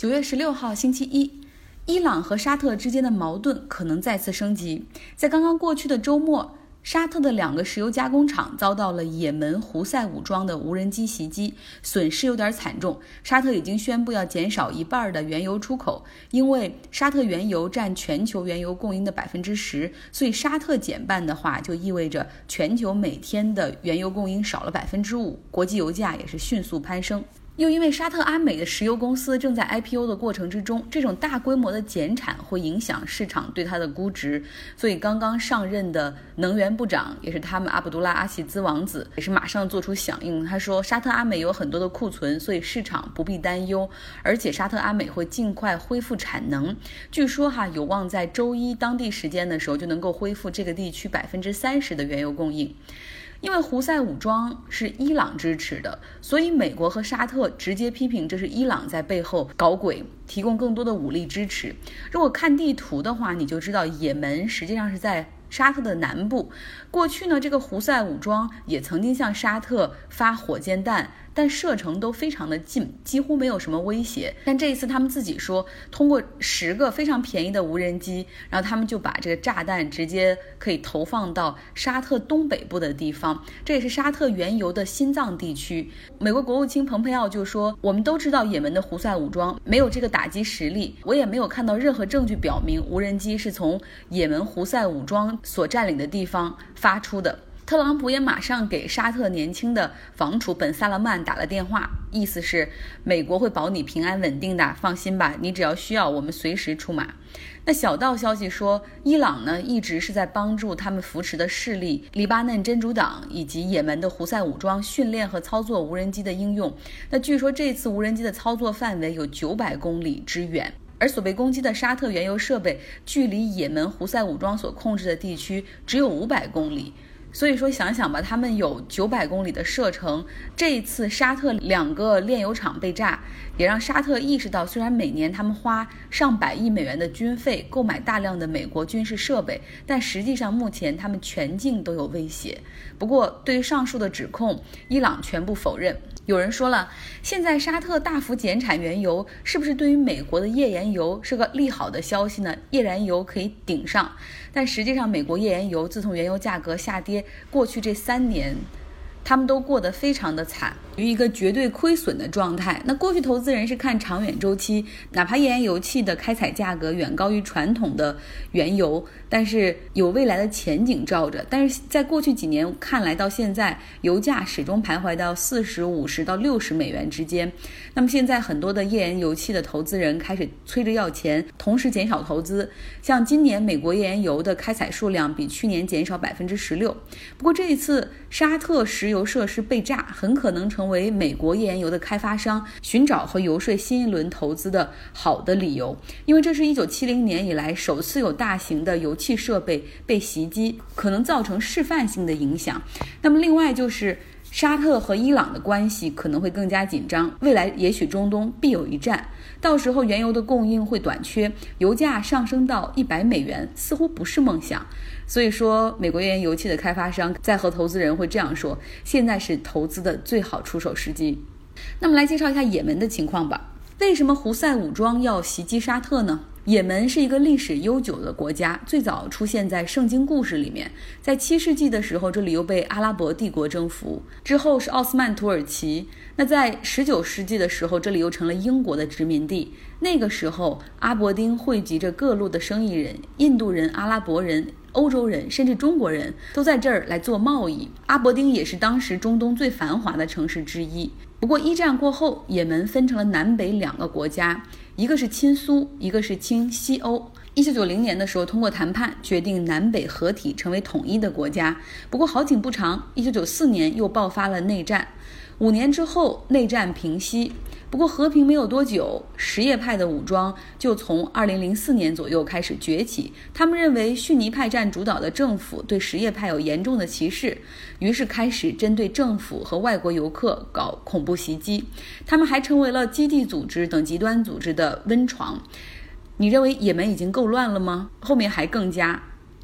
9月16号星期一，伊朗和沙特之间的矛盾可能再次升级。在刚刚过去的周末，沙特的2个石油加工厂遭到了也门胡塞武装的无人机袭击，损失有点惨重。沙特已经宣布要减少1半的原油出口，因为沙特原油占全球原油供应的10%，所以沙特减半的话，就意味着全球每天的原油供应少了5%，国际油价也是迅速攀升。又因为沙特阿美的石油公司正在 IPO 的过程之中，这种大规模的减产会影响市场对它的估值，所以刚刚上任的能源部长也是他们阿卜杜拉阿希兹王子也是马上做出响应。他说沙特阿美有很多的库存，所以市场不必担忧，而且沙特阿美会尽快恢复产能，据说有望在周一当地时间的时候就能够恢复这个地区30%的原油供应。因为胡塞武装是伊朗支持的，所以美国和沙特直接批评这是伊朗在背后搞鬼，提供更多的武力支持。如果看地图的话，你就知道也门实际上是在沙特的南部。过去呢，这个胡塞武装也曾经向沙特发火箭弹，但射程都非常的近，几乎没有什么威胁。但这一次他们自己说，通过10个非常便宜的无人机，然后他们就把这个炸弹直接可以投放到沙特东北部的地方，这也是沙特原油的心脏地区。美国国务卿蓬佩奥就说，我们都知道也门的胡塞武装没有这个打击实力，我也没有看到任何证据表明无人机是从也门胡塞武装所占领的地方发出的。特朗普也马上给沙特年轻的房储本萨勒曼打了电话，意思是美国会保你平安稳定的，放心吧，你只要需要我们随时出马。那小道消息说，伊朗呢一直是在帮助他们扶持的势力黎巴嫩真主党以及也门的胡塞武装训练和操作无人机的应用。那据说这次无人机的操作范围有900公里之远，而所被攻击的沙特原油设备距离也门胡塞武装所控制的地区只有500公里。所以说想想吧，他们有900公里的射程，这一次沙特2个炼油厂被炸，也让沙特意识到，虽然每年他们花上百亿美元的军费购买大量的美国军事设备，但实际上目前他们全境都有威胁。不过对于上述的指控，伊朗全部否认。有人说了，现在沙特大幅减产原油，是不是对于美国的页岩油是个利好的消息呢？页岩油可以顶上，但实际上美国页岩油自从原油价格下跌，过去这3年他们都过得非常的惨，于一个绝对亏损的状态。那过去投资人是看长远周期，哪怕页岩油气的开采价格远高于传统的原油，但是有未来的前景照着。但是在过去几年看来，到现在油价始终徘徊到40、50到60美元之间。那么现在很多的页岩油气的投资人开始催着要钱，同时减少投资。像今年美国页岩油的开采数量比去年减少16%。不过这一次沙特石油设施被炸，很可能成为美国页岩油的开发商寻找和游说新一轮投资的好的理由，因为这是1970年以来首次有大型的油气设备被袭击，可能造成示范性的影响。那么另外就是沙特和伊朗的关系可能会更加紧张，未来也许中东必有一战，到时候原油的供应会短缺，油价上升到100美元似乎不是梦想。所以说美国页岩油气的开发商在和投资人会这样说，现在是投资的最好出手时机。那么来介绍一下也门的情况吧。为什么胡塞武装要袭击沙特呢？也门是一个历史悠久的国家，最早出现在圣经故事里面。在7世纪的时候，这里又被阿拉伯帝国征服，之后是奥斯曼土耳其。那在19世纪的时候，这里又成了英国的殖民地。那个时候阿伯丁汇集着各路的生意人，印度人、阿拉伯人、欧洲人甚至中国人都在这儿来做贸易。阿伯丁也是当时中东最繁华的城市之一。不过一战过后，也门分成了南北2个国家，一个是亲苏，一个是亲西欧。1990年的时候通过谈判决定南北合体成为统一的国家。不过好景不长，1994年又爆发了内战，5年之后内战平息。不过和平没有多久，什叶派的武装就从2004年左右开始崛起。他们认为逊尼派占主导的政府对什叶派有严重的歧视，于是开始针对政府和外国游客搞恐怖袭击。他们还成为了基地组织等极端组织的温床。你认为也门已经够乱了吗？后面还更加。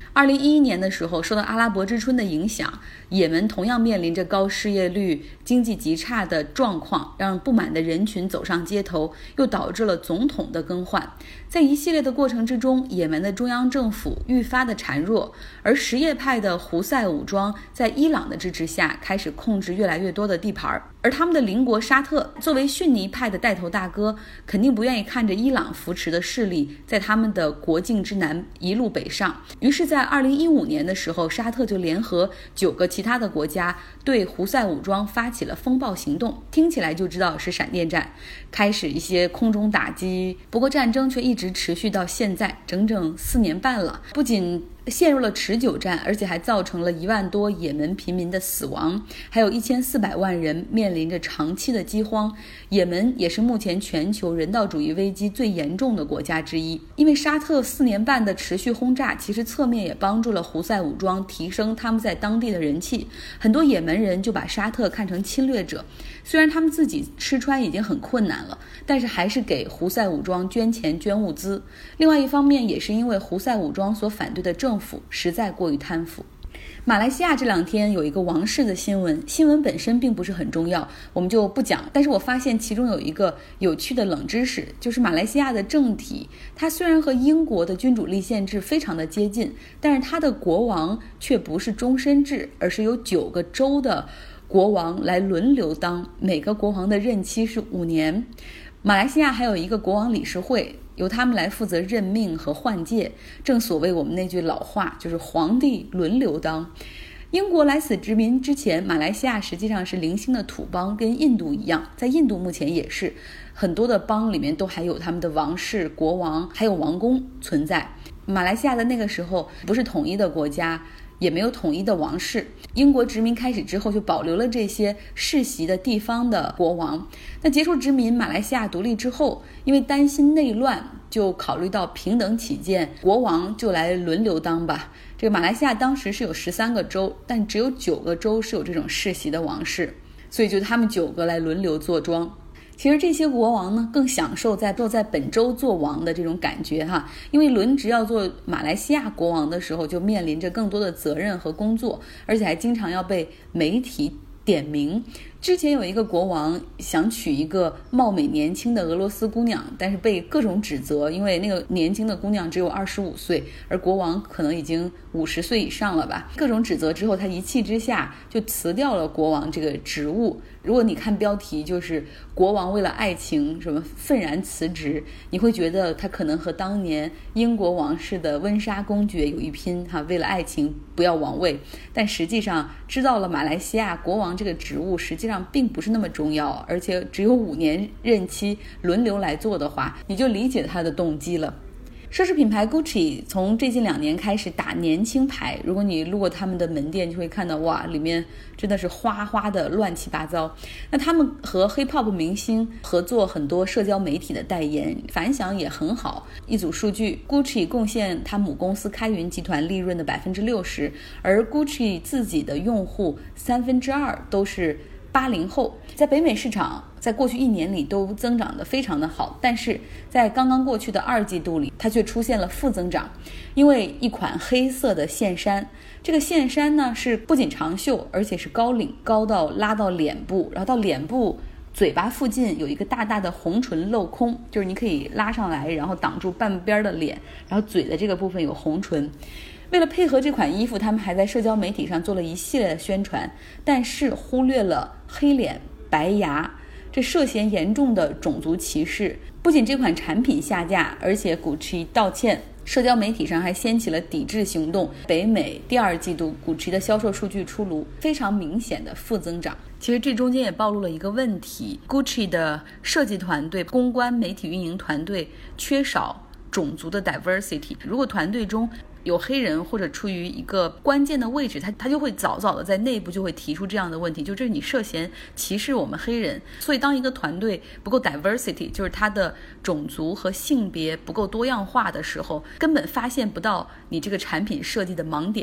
2011年的时候，受到阿拉伯之春的影响，也门同样面临着高失业率、经济极差的状况，让不满的人群走上街头，又导致了总统的更换。在一系列的过程之中，也门的中央政府愈发的孱弱，而什叶派的胡塞武装在伊朗的支持下开始控制越来越多的地盘，而他们的邻国沙特作为逊尼派的带头大哥，肯定不愿意看着伊朗扶持的势力在他们的国境之南一路北上。于是在2015年的时候，沙特就联合9个其他的国家对胡塞武装发起了风暴行动，听起来就知道是闪电战，开始一些空中打击。不过战争却一直持续到现在，整整4年半了，不仅陷入了持久战，而且还造成了1万多也门平民的死亡，还有1400万人面临着长期的饥荒。也门也是目前全球人道主义危机最严重的国家之一。因为沙特4年半的持续轰炸，其实侧面也帮助了胡塞武装提升他们在当地的人气。很多也门人就把沙特看成侵略者，虽然他们自己吃穿已经很困难了，但是还是给胡塞武装捐钱捐物资。另外一方面，也是因为胡塞武装所反对的政府实在过于贪腐。马来西亚这2天有一个王室的新闻，新闻本身并不是很重要，我们就不讲。但是我发现其中有一个有趣的冷知识，就是马来西亚的政体，它虽然和英国的君主立宪制非常的接近，但是它的国王却不是终身制，而是由9个州的国王来轮流当，每个国王的任期是5年。马来西亚还有一个国王理事会，由他们来负责任命和换届，正所谓我们那句老话，就是皇帝轮流当。英国来此殖民之前，马来西亚实际上是零星的土邦，跟印度一样，在印度目前也是很多的邦里面都还有他们的王室、国王还有王公存在。马来西亚的那个时候不是统一的国家，也没有统一的王室。英国殖民开始之后，就保留了这些世袭的地方的国王。那结束殖民，马来西亚独立之后，因为担心内乱，就考虑到平等起见，国王就来轮流当吧。这个马来西亚当时是有13个州，但只有9个州是有这种世袭的王室，所以就他们9个来轮流坐庄。其实这些国王呢，更享受在本州做王的这种感觉哈，因为轮值要做马来西亚国王的时候，就面临着更多的责任和工作，而且还经常要被媒体点名。之前有一个国王想娶一个貌美年轻的俄罗斯姑娘，但是被各种指责，因为那个年轻的姑娘只有25岁，而国王可能已经50岁以上了吧。各种指责之后，他一气之下就辞掉了国王这个职务。如果你看标题就是国王为了爱情什么愤然辞职，你会觉得他可能和当年英国王室的温莎公爵有一拼哈，为了爱情不要王位。但实际上知道了马来西亚国王这个职务实际上并不是那么重要，而且只有5年任期轮流来做的话，你就理解他的动机了。奢侈品牌 Gucci 从最近2年开始打年轻牌，如果你路过他们的门店，就会看到哇，里面真的是花花的乱七八糟。那他们和 Hip-Hop 明星合作很多社交媒体的代言，反响也很好。一组数据 ，Gucci 贡献他母公司开云集团利润的60%，而 Gucci 自己的用户2/3都是80后。在北美市场在过去1年里都增长得非常的好，但是在刚刚过去的2季度里，它却出现了负增长。因为一款黑色的线衫，这个线衫呢是不仅长袖，而且是高领，高到拉到脸部，然后到脸部嘴巴附近有一个大大的红唇镂空，就是你可以拉上来，然后挡住半边的脸，然后嘴的这个部分有红唇。为了配合这款衣服，他们还在社交媒体上做了一系列的宣传，但是忽略了黑脸白牙，这涉嫌严重的种族歧视。不仅这款产品下架，而且 Gucci 道歉，社交媒体上还掀起了抵制行动。北美第2季度 Gucci 的销售数据出炉，非常明显的负增长。其实这中间也暴露了一个问题， Gucci 的设计团队、公关、媒体运营团队缺少种族的 diversity。 如果团队中有黑人或者处于一个关键的位置，他就会早早的在内部就会提出这样的问题，就是你涉嫌歧视我们黑人。所以当一个团队不够 diversity， 就是他的种族和性别不够多样化的时候，根本发现不到你这个产品设计的盲点。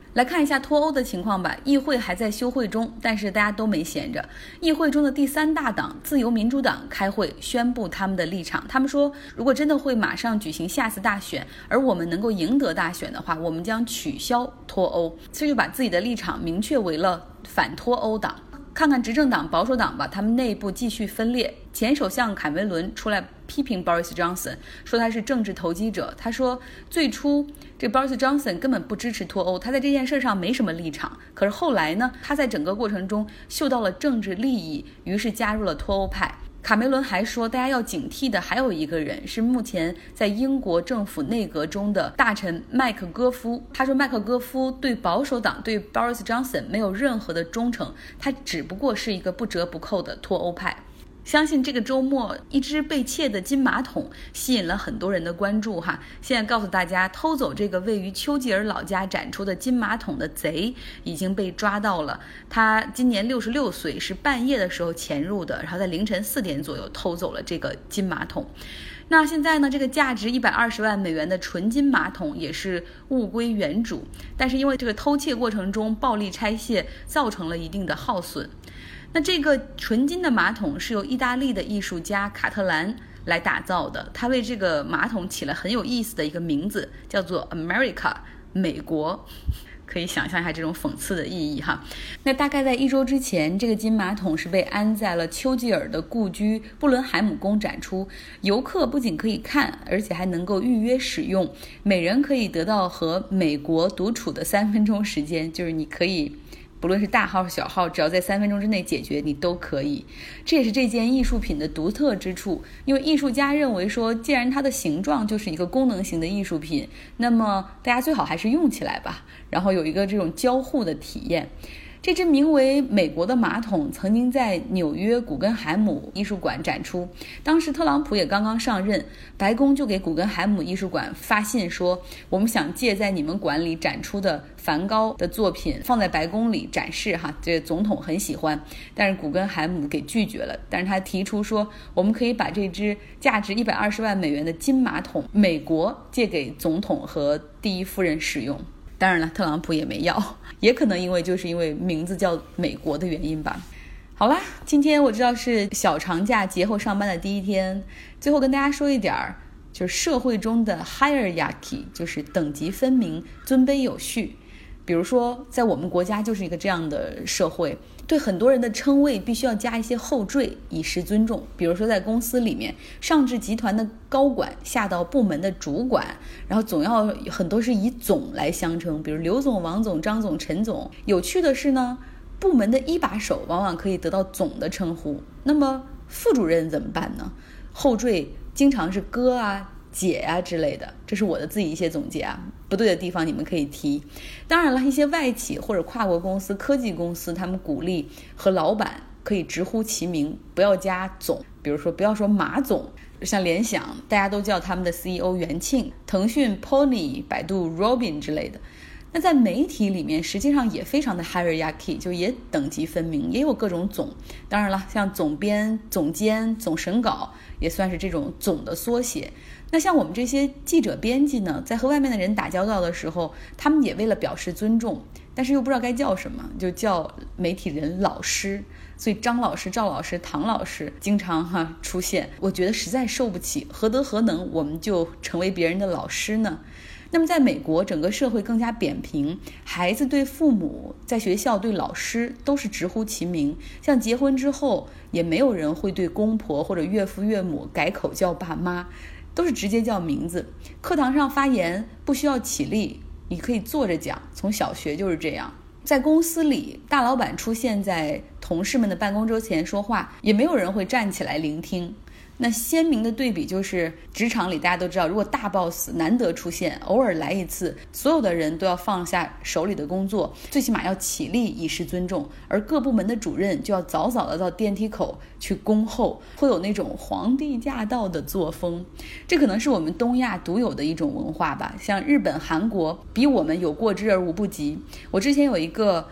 来看一下脱欧的情况吧。议会还在休会中，但是大家都没闲着。议会中的第3大党自由民主党开会宣布他们的立场，他们说如果真的会马上举行下次大选，而我们能够赢得大选的话，我们将取消脱欧，这就把自己的立场明确为了反脱欧党。看看执政党保守党吧，他们内部继续分裂。前首相卡梅伦出来批评 Boris Johnson， 说他是政治投机者。他说最初这 Boris Johnson 根本不支持脱欧，他在这件事上没什么立场。可是后来呢，他在整个过程中嗅到了政治利益，于是加入了脱欧派。卡梅伦还说，大家要警惕的还有一个人，是目前在英国政府内阁中的大臣麦克戈夫。他说麦克戈夫对保守党对 Boris Johnson 没有任何的忠诚，他只不过是一个不折不扣的脱欧派。相信这个周末一只被窃的金马桶吸引了很多人的关注哈。现在告诉大家，偷走这个位于丘吉尔老家展出的金马桶的贼已经被抓到了。他今年66岁，是半夜的时候潜入的，然后在凌晨4点左右偷走了这个金马桶。那现在呢，这个价值120万美元的纯金马桶也是物归原主，但是因为这个偷窃过程中暴力拆卸，造成了一定的耗损。那这个纯金的马桶是由意大利的艺术家卡特兰来打造的，他为这个马桶起了很有意思的一个名字，叫做 America 美国。可以想象一下这种讽刺的意义哈。那大概在1周之前，这个金马桶是被安在了丘吉尔的故居布伦海姆宫展出，游客不仅可以看，而且还能够预约使用，每人可以得到和美国独处的3分钟时间，就是你可以不论是大号小号，只要在3分钟之内解决，你都可以。这也是这件艺术品的独特之处，因为艺术家认为说，既然它的形状就是一个功能型的艺术品，那么大家最好还是用起来吧，然后有一个这种交互的体验。这只名为美国的马桶曾经在纽约古根海姆艺术馆展出，当时特朗普也刚刚上任，白宫就给古根海姆艺术馆发信说，我们想借在你们馆里展出的梵高的作品放在白宫里展示哈，这总统很喜欢，但是古根海姆给拒绝了，但是他提出说，我们可以把这只价值120万美元的金马桶美国借给总统和第一夫人使用。当然了，特朗普也没要，也可能因为名字叫美国的原因吧。好啦，今天我知道是小长假节后上班的第一天，最后跟大家说一点就是社会中的 hierarchy， 就是等级分明，尊卑有序。比如说在我们国家就是一个这样的社会，对很多人的称谓必须要加一些后缀以示尊重。比如说在公司里面，上至集团的高管，下到部门的主管，然后总要很多是以总来相称，比如刘总、王总、张总、陈总。有趣的是呢，部门的一把手往往可以得到总的称呼，那么副主任怎么办呢？后缀经常是哥啊、姐啊之类的，这是我的自己一些总结啊，不对的地方你们可以提。当然了，一些外企或者跨国公司、科技公司，他们鼓励和老板可以直呼其名，不要加总，比如说不要说马总，像联想大家都叫他们的 CEO 袁庆，腾讯 Pony， 百度 Robin 之类的。那在媒体里面实际上也非常的 hierarchy， 就也等级分明，也有各种总。当然了，像总编、总监、总审稿也算是这种总的缩写。那像我们这些记者编辑呢，在和外面的人打交道的时候，他们也为了表示尊重，但是又不知道该叫什么，就叫媒体人老师。所以张老师、赵老师、唐老师经常出现，我觉得实在受不起，何德何能我们就成为别人的老师呢？那么在美国，整个社会更加扁平，孩子对父母，在学校对老师都是直呼其名，像结婚之后也没有人会对公婆或者岳父岳母改口叫爸妈，都是直接叫名字。课堂上发言不需要起立，你可以坐着讲，从小学就是这样。在公司里，大老板出现在同事们的办公桌前说话，也没有人会站起来聆听。那鲜明的对比就是职场里大家都知道，如果大 boss 难得出现，偶尔来一次，所有的人都要放下手里的工作，最起码要起立以示尊重，而各部门的主任就要早早的到电梯口去恭候，会有那种皇帝驾到的作风。这可能是我们东亚独有的一种文化吧，像日本、韩国比我们有过之而无不及。我之前有一个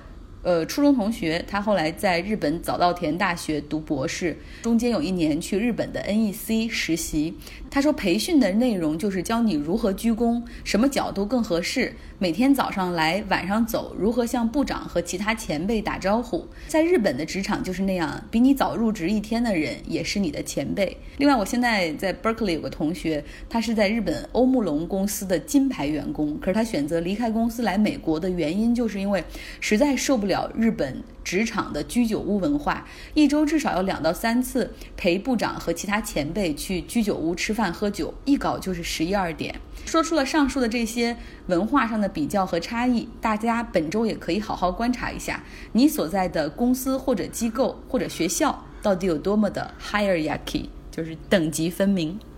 初中同学，他后来在日本早稻田大学读博士，中间有1年去日本的 NEC 实习。他说培训的内容就是教你如何鞠躬，什么角度更合适，每天早上来晚上走，如何向部长和其他前辈打招呼。在日本的职场就是那样，比你早入职1天的人也是你的前辈。另外我现在在 Berkeley 有个同学，他是在日本欧慕龙公司的金牌员工，可是他选择离开公司来美国的原因就是因为实在受不了日本职场的居酒屋文化，一周至少要2到3次陪部长和其他前辈去居酒屋吃饭喝酒，一搞就是11、12点。说出了上述的这些文化上的比较和差异，大家本周也可以好好观察一下你所在的公司或者机构或者学校到底有多么的 hierarchy， 就是等级分明。